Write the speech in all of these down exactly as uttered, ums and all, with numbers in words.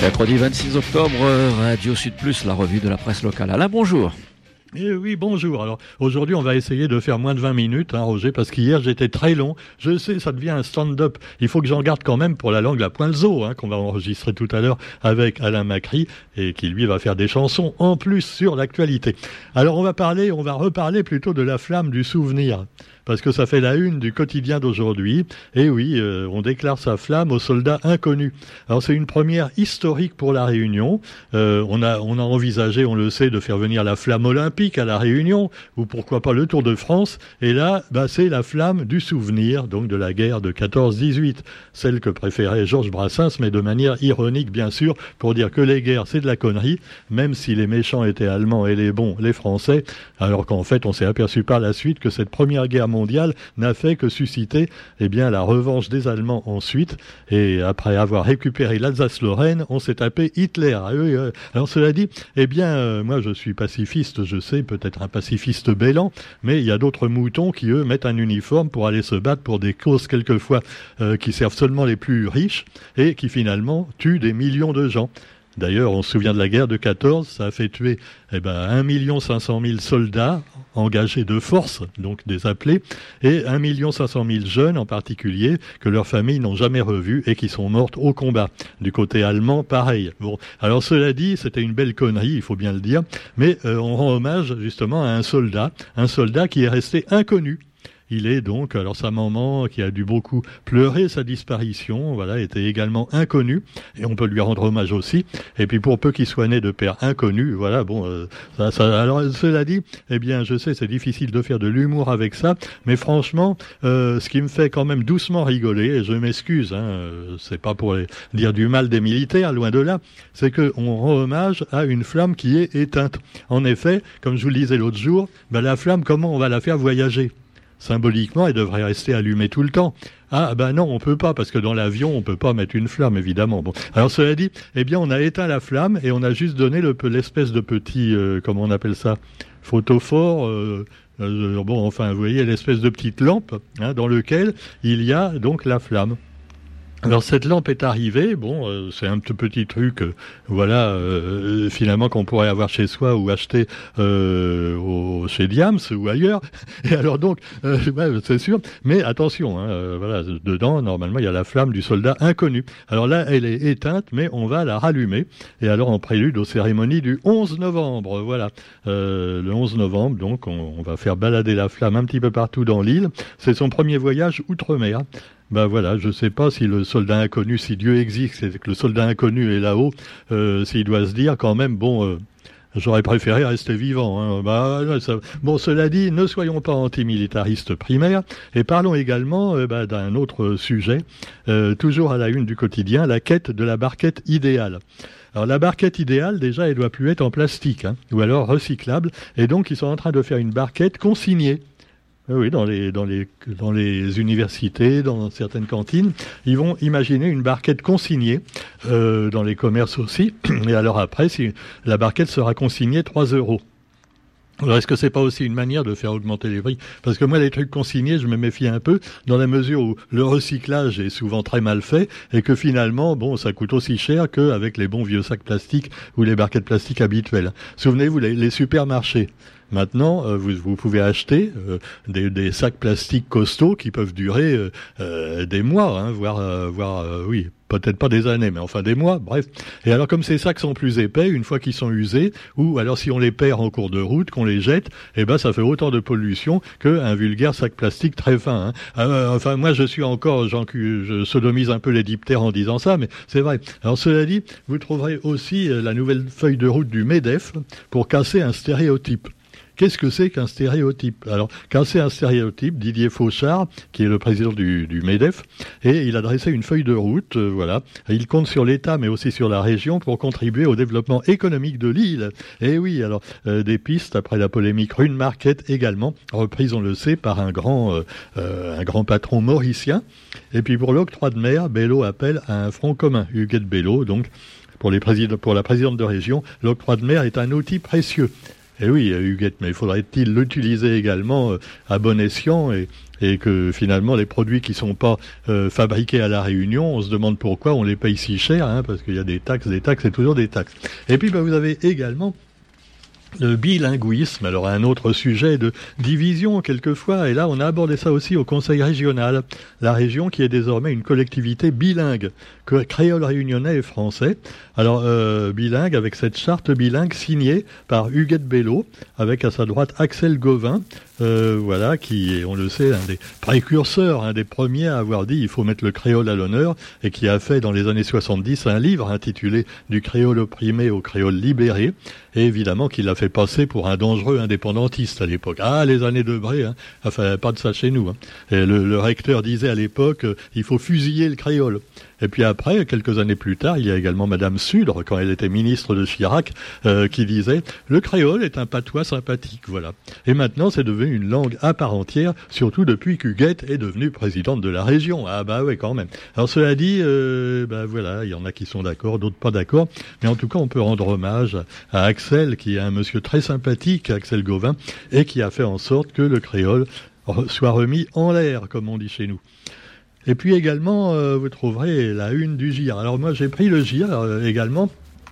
Mercredi vingt-six octobre, Radio Sud Plus, la revue de la presse locale. Alain, bonjour. Eh oui, bonjour. Alors, aujourd'hui, on va essayer de faire moins de vingt minutes, hein, Roger, parce qu'hier, j'étais très long. Je sais, ça devient un stand-up. Il faut que j'en garde quand même pour la langue la Poinzo, hein, qu'on va enregistrer tout à l'heure avec Alain Macri, et qui, lui, va faire des chansons en plus sur l'actualité. Alors, on va parler, on va reparler plutôt de la flamme du souvenir. Parce que ça fait la une du quotidien d'aujourd'hui. Et oui, euh, on déclare sa flamme aux soldats inconnus. Alors c'est une première historique pour la Réunion. Euh, on a, on a envisagé, on le sait, de faire venir la flamme olympique à la Réunion, ou pourquoi pas le Tour de France. Et là, bah, c'est la flamme du souvenir, donc de la guerre de quatorze dix-huit. Celle que préférait Georges Brassens, mais de manière ironique, bien sûr, pour dire que les guerres, c'est de la connerie, même si les méchants étaient allemands et les bons, les Français, alors qu'en fait, on s'est aperçu par la suite que cette première guerre mondiale n'a fait que susciter eh bien, la revanche des Allemands ensuite. Et après avoir récupéré l'Alsace-Lorraine, on s'est tapé Hitler. Alors cela dit, eh bien, euh, moi je suis pacifiste, je sais, peut-être un pacifiste bêlant, mais il y a d'autres moutons qui, eux, mettent un uniforme pour aller se battre pour des causes quelquefois euh, qui servent seulement les plus riches et qui finalement tuent des millions de gens. D'ailleurs, on se souvient de la guerre de quatorze, ça a fait tuer eh ben, un million cinq cent mille soldats engagés de force, donc des appelés, et un million cinq cent mille jeunes en particulier, que leurs familles n'ont jamais revus et qui sont mortes au combat. Du côté allemand, pareil. Bon, alors cela dit, c'était une belle connerie, il faut bien le dire, mais euh, on rend hommage justement à un soldat, un soldat qui est resté inconnu. Il est donc, alors sa maman, qui a dû beaucoup pleurer sa disparition, voilà, était également inconnue, et on peut lui rendre hommage aussi. Et puis pour peu qu'il soit né de père inconnu, voilà, bon, euh, ça, ça, alors cela dit, eh bien, je sais, c'est difficile de faire de l'humour avec ça, mais franchement, euh, ce qui me fait quand même doucement rigoler, et je m'excuse, hein, euh, c'est pas pour les, dire du mal des militaires, loin de là, c'est que on rend hommage à une flamme qui est éteinte. En effet, comme je vous le disais l'autre jour, ben la flamme, comment on va la faire voyager ? Symboliquement, elle devrait rester allumée tout le temps. Ah ben non, on peut pas, parce que dans l'avion, on peut pas mettre une flamme, évidemment. Bon, alors cela dit, eh bien, on a éteint la flamme et on a juste donné le, l'espèce de petit, euh, comment on appelle ça, photophore. Euh, euh, bon, enfin, vous voyez, l'espèce de petite lampe hein, dans lequel il y a donc la flamme. Alors cette lampe est arrivée, bon, euh, c'est un petit, petit truc, euh, voilà, euh, finalement qu'on pourrait avoir chez soi ou acheter euh, au, chez Diams ou ailleurs. Et alors donc, euh, ouais, c'est sûr, mais attention, hein, euh, voilà, dedans normalement il y a la flamme du soldat inconnu. Alors là, elle est éteinte, mais on va la rallumer. Et alors en prélude aux cérémonies du onze novembre, voilà, euh, le onze novembre, donc on, on va faire balader la flamme un petit peu partout dans l'île. C'est son premier voyage outre-mer. Ben voilà, je sais pas si le soldat inconnu, si Dieu existe, c'est que le soldat inconnu est là-haut, euh, s'il doit se dire quand même, bon, euh, j'aurais préféré rester vivant. Hein. Ben, ça... Bon, cela dit, ne soyons pas antimilitaristes primaires, et parlons également euh, ben, d'un autre sujet, euh, toujours à la une du quotidien, la quête de la barquette idéale. Alors la barquette idéale, déjà, elle doit plus être en plastique, hein, ou alors recyclable, et donc ils sont en train de faire une barquette consignée. Oui, dans les, dans les, dans les universités, dans certaines cantines, ils vont imaginer une barquette consignée, euh, dans les commerces aussi. Et alors après, si la barquette sera consignée trois euros. Alors est-ce que c'est pas aussi une manière de faire augmenter les prix ? Parce que moi, les trucs consignés, je me méfie un peu, dans la mesure où le recyclage est souvent très mal fait, et que finalement, bon, ça coûte aussi cher qu'avec les bons vieux sacs plastiques ou les barquettes plastiques habituelles. Souvenez-vous, les, les supermarchés. Maintenant, euh, vous, vous pouvez acheter euh, des, des sacs plastiques costauds qui peuvent durer euh, euh, des mois, hein, voire, euh, voire euh, oui, peut-être pas des années, mais enfin des mois, bref. Et alors comme ces sacs sont plus épais, une fois qu'ils sont usés, ou alors si on les perd en cours de route, qu'on les jette, eh ben ça fait autant de pollution qu'un vulgaire sac plastique très fin. Hein. Euh, enfin moi je suis encore, j'en, je sodomise un peu les diptères en disant ça, mais c'est vrai. Alors cela dit, vous trouverez aussi la nouvelle feuille de route du MEDEF pour casser un stéréotype. Qu'est-ce que c'est qu'un stéréotype ? Alors, casser un stéréotype, Didier Fauchard, qui est le président du, du MEDEF, et il a dressé une feuille de route, euh, voilà. Et il compte sur l'État, mais aussi sur la région, pour contribuer au développement économique de l'île. Et oui, alors, euh, des pistes, après la polémique Rune Market également, reprise, on le sait, par un grand, euh, euh, un grand patron mauricien. Et puis pour l'octroi de mer, Bello appelle à un front commun. Huguette Bello, donc, pour, les présidents, pour la présidente de région, l'octroi de mer est un outil précieux. Eh oui, Huguette, mais faudrait-il l'utiliser également euh, à bon escient et, et que finalement les produits qui sont pas euh, fabriqués à La Réunion, on se demande pourquoi on les paye si cher, hein, parce qu'il y a des taxes, des taxes et toujours des taxes. Et puis bah, vous avez également le bilinguisme, alors un autre sujet de division quelquefois, et là on a abordé ça aussi au Conseil régional, la région qui est désormais une collectivité bilingue, créole réunionnais et français, alors euh, bilingue avec cette charte bilingue signée par Huguette Bello, avec à sa droite Axel Gauvin, euh, voilà, qui est, on le sait, un des précurseurs, un des premiers à avoir dit il faut mettre le créole à l'honneur, et qui a fait dans les années soixante-dix un livre intitulé Du créole opprimé au créole libéré, et évidemment qu'il l'a fait passer pour un dangereux indépendantiste à l'époque. Ah, les années de Bré, hein. Enfin, pas de ça chez nous. Hein. Et le, le recteur disait à l'époque, euh, il faut fusiller le créole. Et puis après, quelques années plus tard, il y a également Madame Sudre, quand elle était ministre de Chirac, euh, qui disait « Le créole est un patois sympathique, voilà ». Et maintenant, c'est devenu une langue à part entière, surtout depuis qu'Huguette est devenue présidente de la région. Ah bah ouais, quand même. Alors cela dit, euh, bah voilà, il y en a qui sont d'accord, d'autres pas d'accord, mais en tout cas, on peut rendre hommage à Axel, qui est un monsieur très sympathique, Axel Gauvin, et qui a fait en sorte que le créole soit remis en l'air, comme on dit chez nous. Et puis également, euh, vous trouverez la une du J R. Alors moi, j'ai pris le J R euh, également,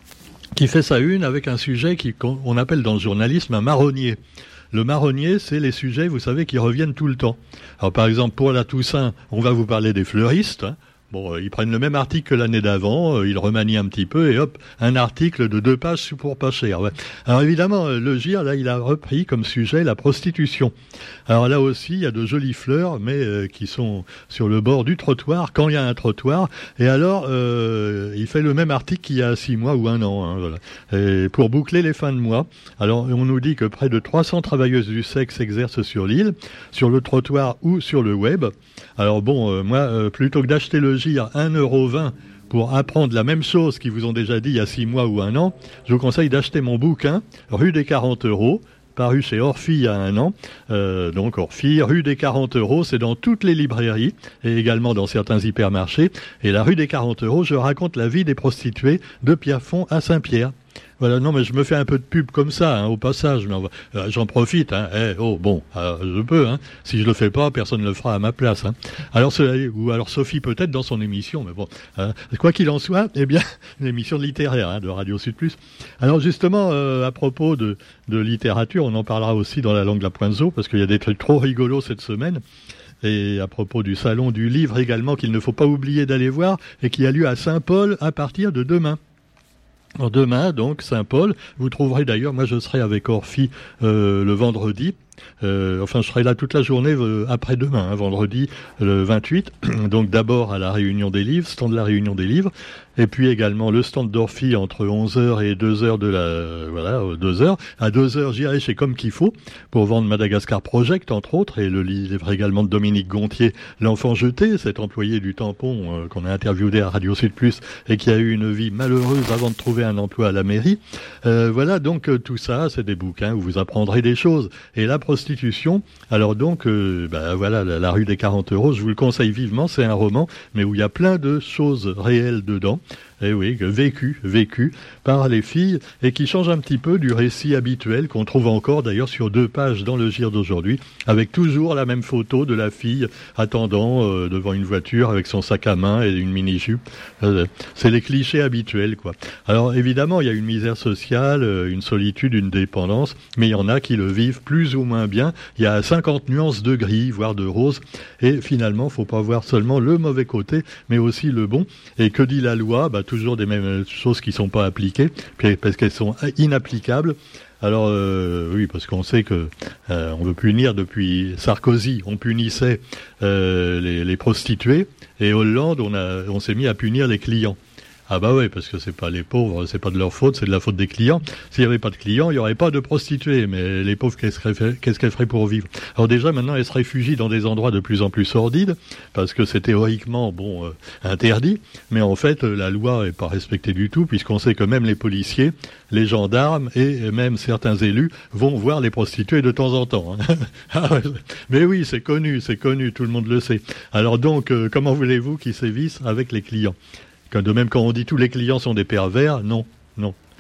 qui fait sa une avec un sujet qui, qu'on appelle dans le journalisme un marronnier. Le marronnier, c'est les sujets, vous savez, qui reviennent tout le temps. Alors par exemple, pour la Toussaint, on va vous parler des fleuristes, hein. Bon, euh, ils prennent le même article que l'année d'avant, euh, ils remanient un petit peu et hop, un article de deux pages pour pas cher. Ouais. Alors évidemment, euh, le G I R, là, il a repris comme sujet la prostitution. Alors là aussi, il y a de jolies fleurs, mais euh, qui sont sur le bord du trottoir, quand il y a un trottoir. Et alors, euh, il fait le même article qu'il y a six mois ou un an. Hein, voilà. Et pour boucler les fins de mois, alors on nous dit que près de trois cents travailleuses du sexe exercent sur l'île, sur le trottoir ou sur le web. Alors bon, euh, moi, euh, plutôt que d'acheter le G I R un euro vingt pour apprendre la même chose qu'ils vous ont déjà dit il y a six mois ou un an, je vous conseille d'acheter mon bouquin, Rue des quarante euros, paru chez Orphy il y a un an. Euh, donc Orphy, Rue des quarante euros, c'est dans toutes les librairies et également dans certains hypermarchés. Et la Rue des quarante euros, je raconte la vie des prostituées de Pierrefonds à Saint-Pierre. Voilà, non, mais je me fais un peu de pub comme ça, hein, au passage. Mais euh, j'en profite. Hein. Eh, oh, bon, euh, je peux. Hein. Si je le fais pas, personne ne le fera à ma place. Hein. Alors, ou alors Sophie peut-être dans son émission, mais bon. Hein. Quoi qu'il en soit, eh bien, une émission littéraire hein, de Radio Sud Plus. Alors justement, euh, à propos de, de littérature, on en parlera aussi dans la langue de la Pointe-Zo, parce qu'il y a des trucs trop rigolos cette semaine. Et à propos du salon du livre également, qu'il ne faut pas oublier d'aller voir, et qui a lieu à Saint-Paul à partir de demain. Alors demain, donc, Saint-Paul, vous trouverez d'ailleurs, moi je serai avec Orphy euh, le vendredi, euh, enfin je serai là toute la journée euh, après-demain, hein, vendredi le vingt-huit, donc d'abord à la Réunion des livres, stand de la Réunion des livres, et puis également le stand d'Orphy entre onze heures et deux heures de la, voilà, deux heures. À deux heures, j'irai chez Comme qu'il faut pour vendre Madagascar Project, entre autres, et le livre également de Dominique Gontier, L'enfant jeté, cet employé du tampon euh, qu'on a interviewé à Radio Sud Plus et qui a eu une vie malheureuse avant de trouver un emploi à la mairie. Euh, voilà, donc euh, tout ça, c'est des bouquins où vous apprendrez des choses. Et la prostitution, alors donc, euh, bah, voilà, la, la Rue des quarante euros, je vous le conseille vivement, c'est un roman, mais où il y a plein de choses réelles dedans. Eh oui, vécu, vécu par les filles, et qui change un petit peu du récit habituel qu'on trouve encore d'ailleurs sur deux pages dans le G I R d'aujourd'hui, avec toujours la même photo de la fille attendant euh, devant une voiture avec son sac à main et une mini-jupe. Euh, c'est les clichés habituels, quoi. Alors évidemment, il y a une misère sociale, une solitude, une dépendance, mais il y en a qui le vivent plus ou moins bien. Il y a cinquante nuances de gris, voire de rose, et finalement, faut pas voir seulement le mauvais côté, mais aussi le bon. Et que dit la loi ? Bah, toujours des mêmes choses qui sont pas appliquées, puis parce qu'elles sont inapplicables. Alors euh, oui, parce qu'on sait que euh, on veut punir depuis Sarkozy, on punissait euh, les, les prostituées, et Hollande, on a, on s'est mis à punir les clients. Ah bah ouais, parce que c'est pas les pauvres, c'est pas de leur faute, c'est de la faute des clients. S'il y avait pas de clients, il y aurait pas de prostituées. Mais les pauvres, qu'est-ce qu'elles feraient, qu'est-ce qu'elles feraient pour vivre ? Alors déjà, maintenant, elles se réfugient dans des endroits de plus en plus sordides, parce que c'est théoriquement, bon, euh, interdit. Mais en fait, la loi est pas respectée du tout, puisqu'on sait que même les policiers, les gendarmes et même certains élus vont voir les prostituées de temps en temps. Hein. Ah ouais, mais oui, c'est connu, c'est connu, tout le monde le sait. Alors donc, euh, comment voulez-vous qu'ils sévissent avec les clients ? De même, quand on dit tous les clients sont des pervers, non, non.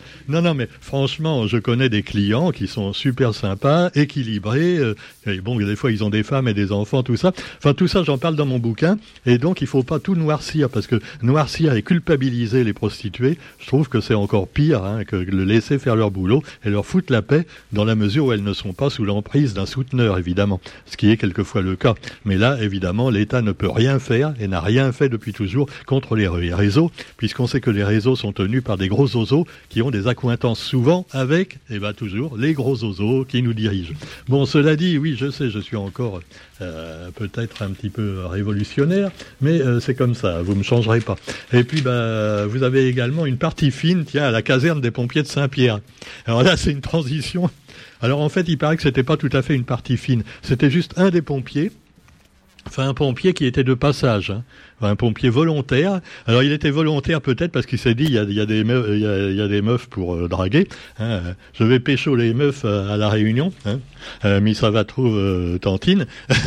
Non, non, mais franchement, je connais des clients qui sont super sympas, équilibrés. Euh, et bon, des fois, ils ont des femmes et des enfants, tout ça. Enfin, tout ça, j'en parle dans mon bouquin. Et donc, il faut pas tout noircir, parce que noircir et culpabiliser les prostituées, je trouve que c'est encore pire hein, que le laisser faire leur boulot et leur foutre la paix, dans la mesure où elles ne sont pas sous l'emprise d'un souteneur, évidemment. Ce qui est quelquefois le cas. Mais là, évidemment, l'État ne peut rien faire et n'a rien fait depuis toujours contre les réseaux, puisqu'on sait que les réseaux sont tenus par des gros oiseaux qui ont des accointances souvent avec, et bien toujours, les gros oiseaux qui nous dirigent. Bon, cela dit, oui, je sais, je suis encore euh, peut-être un petit peu révolutionnaire, mais euh, c'est comme ça, vous ne me changerez pas. Et puis, bah, vous avez également une partie fine, tiens, à la caserne des pompiers de Saint-Pierre. Alors là, c'est une transition. Alors en fait, il paraît que c'était pas tout à fait une partie fine. C'était juste un des pompiers, enfin un pompier qui était de passage, hein. Un pompier volontaire. Alors il était volontaire peut-être parce qu'il s'est dit il y a, il y a des meufs, il y a, il y a des meufs pour euh, draguer. Hein. Je vais pécho les meufs à, à la Réunion. Hein. Euh, mais ça va trouve euh, tantine.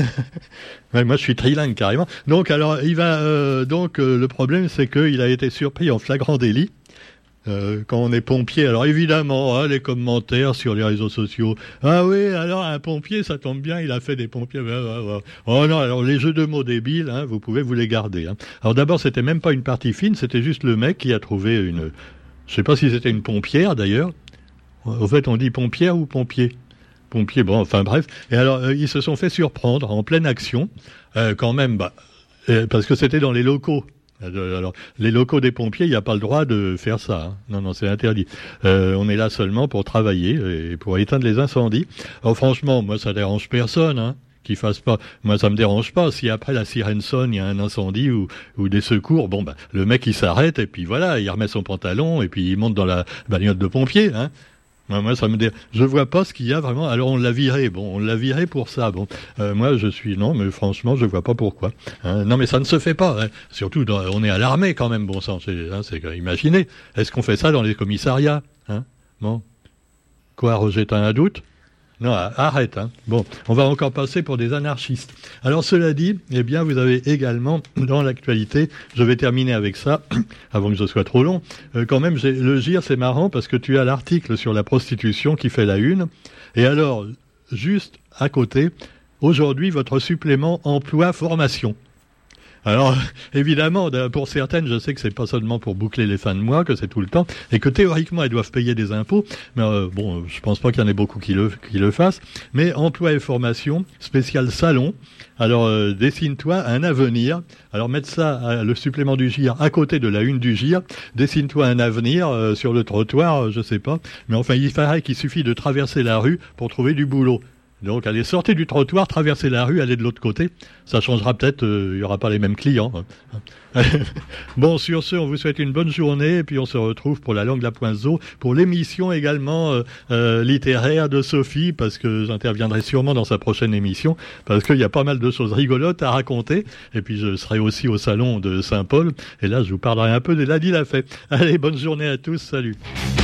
Ouais, moi je suis trilingue carrément. Donc alors il va euh, donc euh, le problème c'est qu'il a été surpris en flagrant délit. Euh, quand on est pompier, alors évidemment, hein, les commentaires sur les réseaux sociaux. Ah oui, alors un pompier, ça tombe bien, il a fait des pompiers. Oh non, alors les jeux de mots débiles, hein, vous pouvez vous les garder. Hein. Alors d'abord, c'était même pas une partie fine, c'était juste le mec qui a trouvé une. Je sais pas si c'était une pompière d'ailleurs. Au fait, on dit pompière ou pompier. Pompier, bon, enfin bref. Et alors, euh, ils se sont fait surprendre en pleine action, euh, quand même, bah, euh, parce que c'était dans les locaux. Alors, les locaux des pompiers, il n'y a pas le droit de faire ça. Hein. Non, non, c'est interdit. Euh, on est là seulement pour travailler et pour éteindre les incendies. Alors, franchement, moi, ça dérange personne, hein, qu'ils fassent pas. Moi, ça me dérange pas. Si après la sirène sonne, il y a un incendie ou, ou des secours, bon, bah, le mec, il s'arrête et puis voilà, il remet son pantalon et puis il monte dans la bagnole de pompier, hein. Moi, ça me dé... je vois pas ce qu'il y a vraiment. Alors, on l'a viré. Bon, on l'a viré pour ça. Bon, euh, moi, je suis non, mais franchement, je vois pas pourquoi. Hein. Non, mais ça ne se fait pas. Hein. Surtout, dans... on est à l'armée quand même. Bon sang, c'est, hein, c'est... imaginez. Est-ce qu'on fait ça dans les commissariats hein. Bon, quoi, Roger, t'as un doute? Non, arrête. Hein. Bon, on va encore passer pour des anarchistes. Alors, cela dit, eh bien, vous avez également, dans l'actualité, je vais terminer avec ça, avant que ce soit trop long, euh, quand même, j'ai, le G I R, c'est marrant, parce que tu as l'article sur la prostitution qui fait la une, et alors, juste à côté, aujourd'hui, votre supplément emploi-formation. Alors, évidemment, pour certaines, je sais que c'est pas seulement pour boucler les fins de mois, que c'est tout le temps, et que théoriquement, elles doivent payer des impôts, mais euh, bon, je pense pas qu'il y en ait beaucoup qui le, qui le fassent, mais emploi et formation, spécial salon, alors euh, dessine-toi un avenir, alors mettre ça, le supplément du G I R, à côté de la une du G I R, dessine-toi un avenir euh, sur le trottoir, euh, je sais pas, mais enfin, il paraît qu'il suffit de traverser la rue pour trouver du boulot. Donc, allez, sortez du trottoir, traversez la rue, allez de l'autre côté. Ça changera peut-être, il euh, n'y aura pas les mêmes clients. Bon, sur ce, on vous souhaite une bonne journée, et puis on se retrouve pour la langue de la Poinzeau, pour l'émission également euh, euh, littéraire de Sophie, parce que j'interviendrai sûrement dans sa prochaine émission, parce qu'il y a pas mal de choses rigolotes à raconter, et puis je serai aussi au salon de Saint-Paul, et là, je vous parlerai un peu de Ladi l'a fait. Allez, bonne journée à tous, salut.